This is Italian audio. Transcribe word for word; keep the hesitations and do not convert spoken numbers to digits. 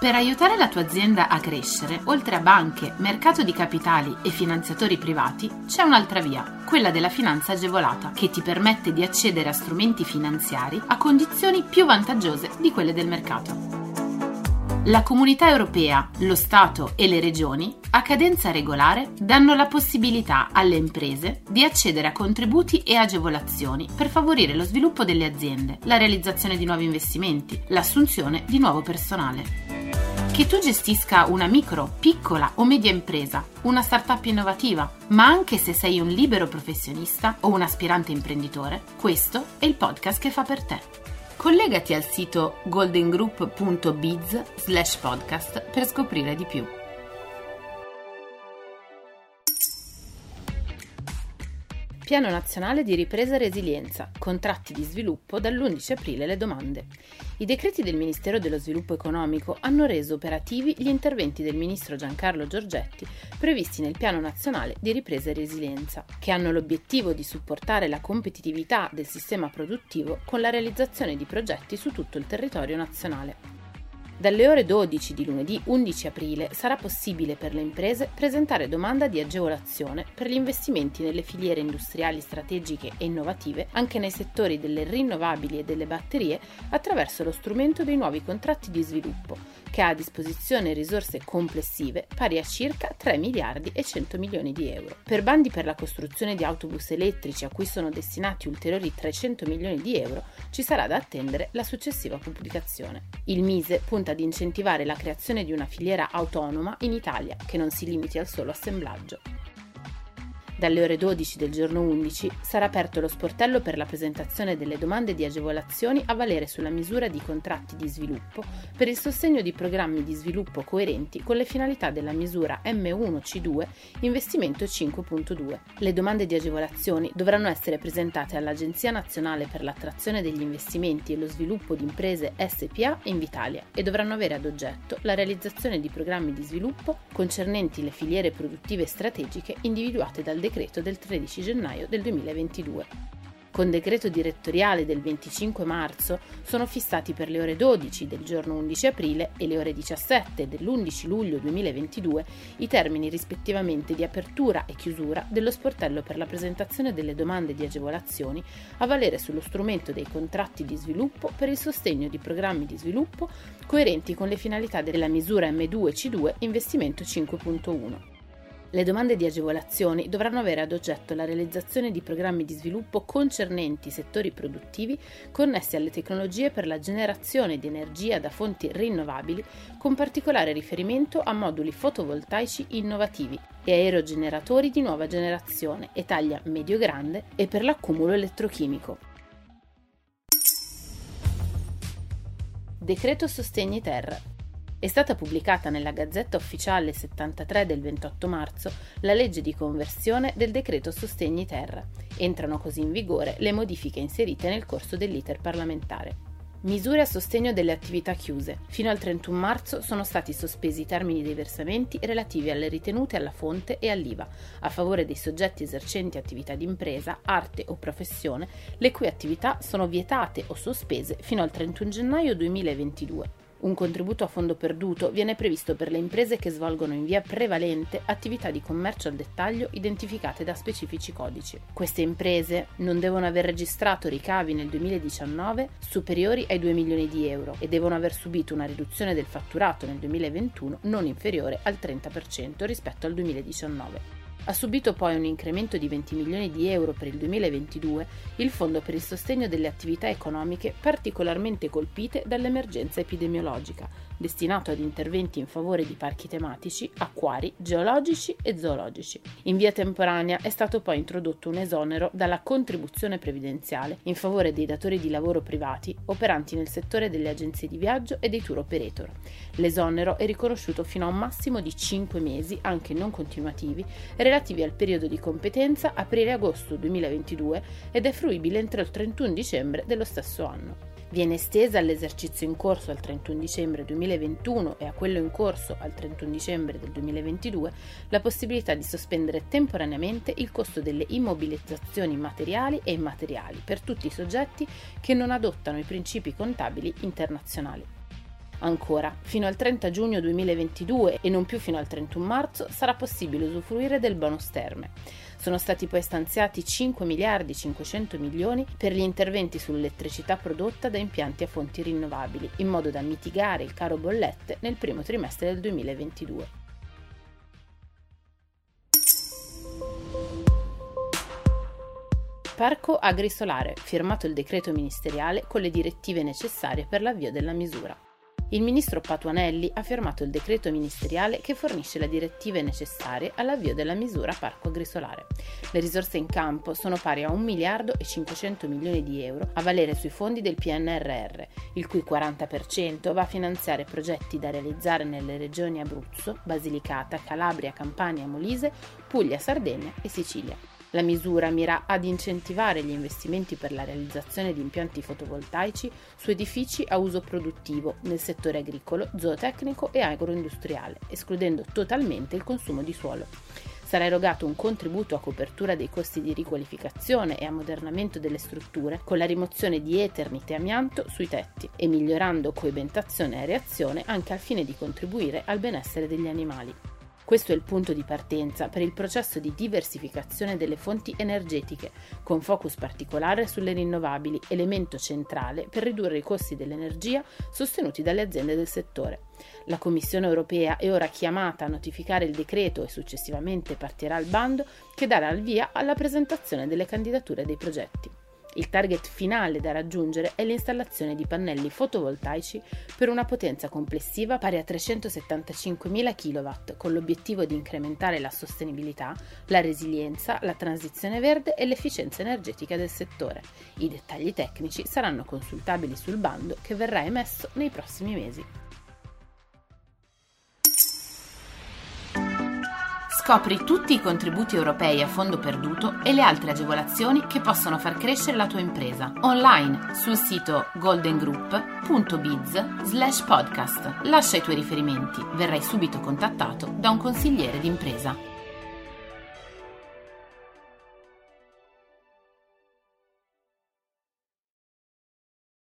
Per aiutare la tua azienda a crescere, oltre a banche, mercato di capitali e finanziatori privati, c'è un'altra via, quella della finanza agevolata, che ti permette di accedere a strumenti finanziari a condizioni più vantaggiose di quelle del mercato. La Comunità Europea, lo Stato e le Regioni, a cadenza regolare, danno la possibilità alle imprese di accedere a contributi e agevolazioni per favorire lo sviluppo delle aziende, la realizzazione di nuovi investimenti, l'assunzione di nuovo personale. Che tu gestisca una micro, piccola o media impresa, una startup innovativa, ma anche se sei un libero professionista o un aspirante imprenditore, questo è il podcast che fa per te. Collegati al sito goldengroup punto biz slash podcast per scoprire di più. Piano Nazionale di Ripresa e Resilienza, contratti di sviluppo dall'undici aprile le domande. I decreti del Ministero dello Sviluppo Economico hanno reso operativi gli interventi del Ministro Giancarlo Giorgetti previsti nel Piano Nazionale di Ripresa e Resilienza, che hanno l'obiettivo di supportare la competitività del sistema produttivo con la realizzazione di progetti su tutto il territorio nazionale. Dalle ore dodici di lunedì undici aprile sarà possibile per le imprese presentare domanda di agevolazione per gli investimenti nelle filiere industriali strategiche e innovative anche nei settori delle rinnovabili e delle batterie attraverso lo strumento dei nuovi contratti di sviluppo, che ha a disposizione risorse complessive pari a circa tre miliardi e cento milioni di euro. Per bandi per la costruzione di autobus elettrici a cui sono destinati ulteriori trecento milioni di euro ci sarà da attendere la successiva pubblicazione. Il Mise punta ad incentivare la creazione di una filiera autonoma in Italia che non si limiti al solo assemblaggio. Dalle ore dodici del giorno undici sarà aperto lo sportello per la presentazione delle domande di agevolazioni a valere sulla misura di contratti di sviluppo per il sostegno di programmi di sviluppo coerenti con le finalità della misura M uno C due Investimento cinque punto due. Le domande di agevolazioni dovranno essere presentate all'Agenzia Nazionale per l'attrazione degli investimenti e lo sviluppo di imprese S P A Invitalia e dovranno avere ad oggetto la realizzazione di programmi di sviluppo concernenti le filiere produttive strategiche individuate dal decreto del tredici gennaio del duemilaventidue. Con decreto direttoriale del venticinque marzo sono fissati per le ore dodici del giorno undici aprile e le ore diciassette dell'undici luglio duemilaventidue i termini rispettivamente di apertura e chiusura dello sportello per la presentazione delle domande di agevolazioni a valere sullo strumento dei contratti di sviluppo per il sostegno di programmi di sviluppo coerenti con le finalità della misura M due C due Investimento cinque punto uno. Le domande di agevolazioni dovranno avere ad oggetto la realizzazione di programmi di sviluppo concernenti settori produttivi connessi alle tecnologie per la generazione di energia da fonti rinnovabili, con particolare riferimento a moduli fotovoltaici innovativi e aerogeneratori di nuova generazione e taglia medio-grande e per l'accumulo elettrochimico. Decreto Sostegni Ter. È stata pubblicata nella Gazzetta Ufficiale settantatré del ventotto marzo la legge di conversione del decreto Sostegni Ter. Entrano così in vigore le modifiche inserite nel corso dell'iter parlamentare. Misure a sostegno delle attività chiuse. Fino al trentuno marzo sono stati sospesi i termini dei versamenti relativi alle ritenute alla fonte e all'I V A, a favore dei soggetti esercenti attività di impresa, arte o professione, le cui attività sono vietate o sospese fino al trentuno gennaio duemilaventidue. Un contributo a fondo perduto viene previsto per le imprese che svolgono in via prevalente attività di commercio al dettaglio identificate da specifici codici. Queste imprese non devono aver registrato ricavi nel duemiladiciannove superiori ai due milioni di euro e devono aver subito una riduzione del fatturato nel duemilaventuno non inferiore al trenta per cento rispetto al duemiladiciannove. Ha subito poi un incremento di venti milioni di euro per il duemilaventidue il Fondo per il sostegno delle attività economiche particolarmente colpite dall'emergenza epidemiologica, destinato ad interventi in favore di parchi tematici, acquari, geologici e zoologici. In via temporanea è stato poi introdotto un esonero dalla contribuzione previdenziale in favore dei datori di lavoro privati operanti nel settore delle agenzie di viaggio e dei tour operator. L'esonero è riconosciuto fino a un massimo di cinque mesi, anche non continuativi, relativi al periodo di competenza aprile-agosto duemilaventidue ed è fruibile entro il trentuno dicembre dello stesso anno. Viene estesa all'esercizio in corso al trentuno dicembre duemilaventuno e a quello in corso al trentuno dicembre del duemilaventidue la possibilità di sospendere temporaneamente il costo delle immobilizzazioni materiali e immateriali per tutti i soggetti che non adottano i principi contabili internazionali. Ancora, fino al trenta giugno duemilaventidue e non più fino al trentuno marzo sarà possibile usufruire del bonus terme. Sono stati poi stanziati cinque miliardi cinquecento milioni per gli interventi sull'elettricità prodotta da impianti a fonti rinnovabili, in modo da mitigare il caro bollette nel primo trimestre del duemilaventidue. Parco agrisolare, firmato il decreto ministeriale con le direttive necessarie per l'avvio della misura. Il ministro Patuanelli ha firmato il decreto ministeriale che fornisce le direttive necessarie all'avvio della misura Parco agrisolare. Le risorse in campo sono pari a un miliardo e cinquecento milioni di euro a valere sui fondi del P N R R, il cui quaranta per cento va a finanziare progetti da realizzare nelle regioni Abruzzo, Basilicata, Calabria, Campania, Molise, Puglia, Sardegna e Sicilia. La misura mira ad incentivare gli investimenti per la realizzazione di impianti fotovoltaici su edifici a uso produttivo nel settore agricolo, zootecnico e agroindustriale, escludendo totalmente il consumo di suolo. Sarà erogato un contributo a copertura dei costi di riqualificazione e ammodernamento delle strutture con la rimozione di eternite e amianto sui tetti e migliorando coibentazione e areazione anche al fine di contribuire al benessere degli animali. Questo è il punto di partenza per il processo di diversificazione delle fonti energetiche, con focus particolare sulle rinnovabili, elemento centrale per ridurre i costi dell'energia sostenuti dalle aziende del settore. La Commissione europea è ora chiamata a notificare il decreto e successivamente partirà il bando che darà il via alla presentazione delle candidature dei progetti. Il target finale da raggiungere è l'installazione di pannelli fotovoltaici per una potenza complessiva pari a trecentosettantacinquemila chilowatt, con l'obiettivo di incrementare la sostenibilità, la resilienza, la transizione verde e l'efficienza energetica del settore. I dettagli tecnici saranno consultabili sul bando che verrà emesso nei prossimi mesi. Scopri tutti i contributi europei a fondo perduto e le altre agevolazioni che possono far crescere la tua impresa online sul sito goldengroup punto biz slash podcast. Lascia i tuoi riferimenti, verrai subito contattato da un consigliere d'impresa.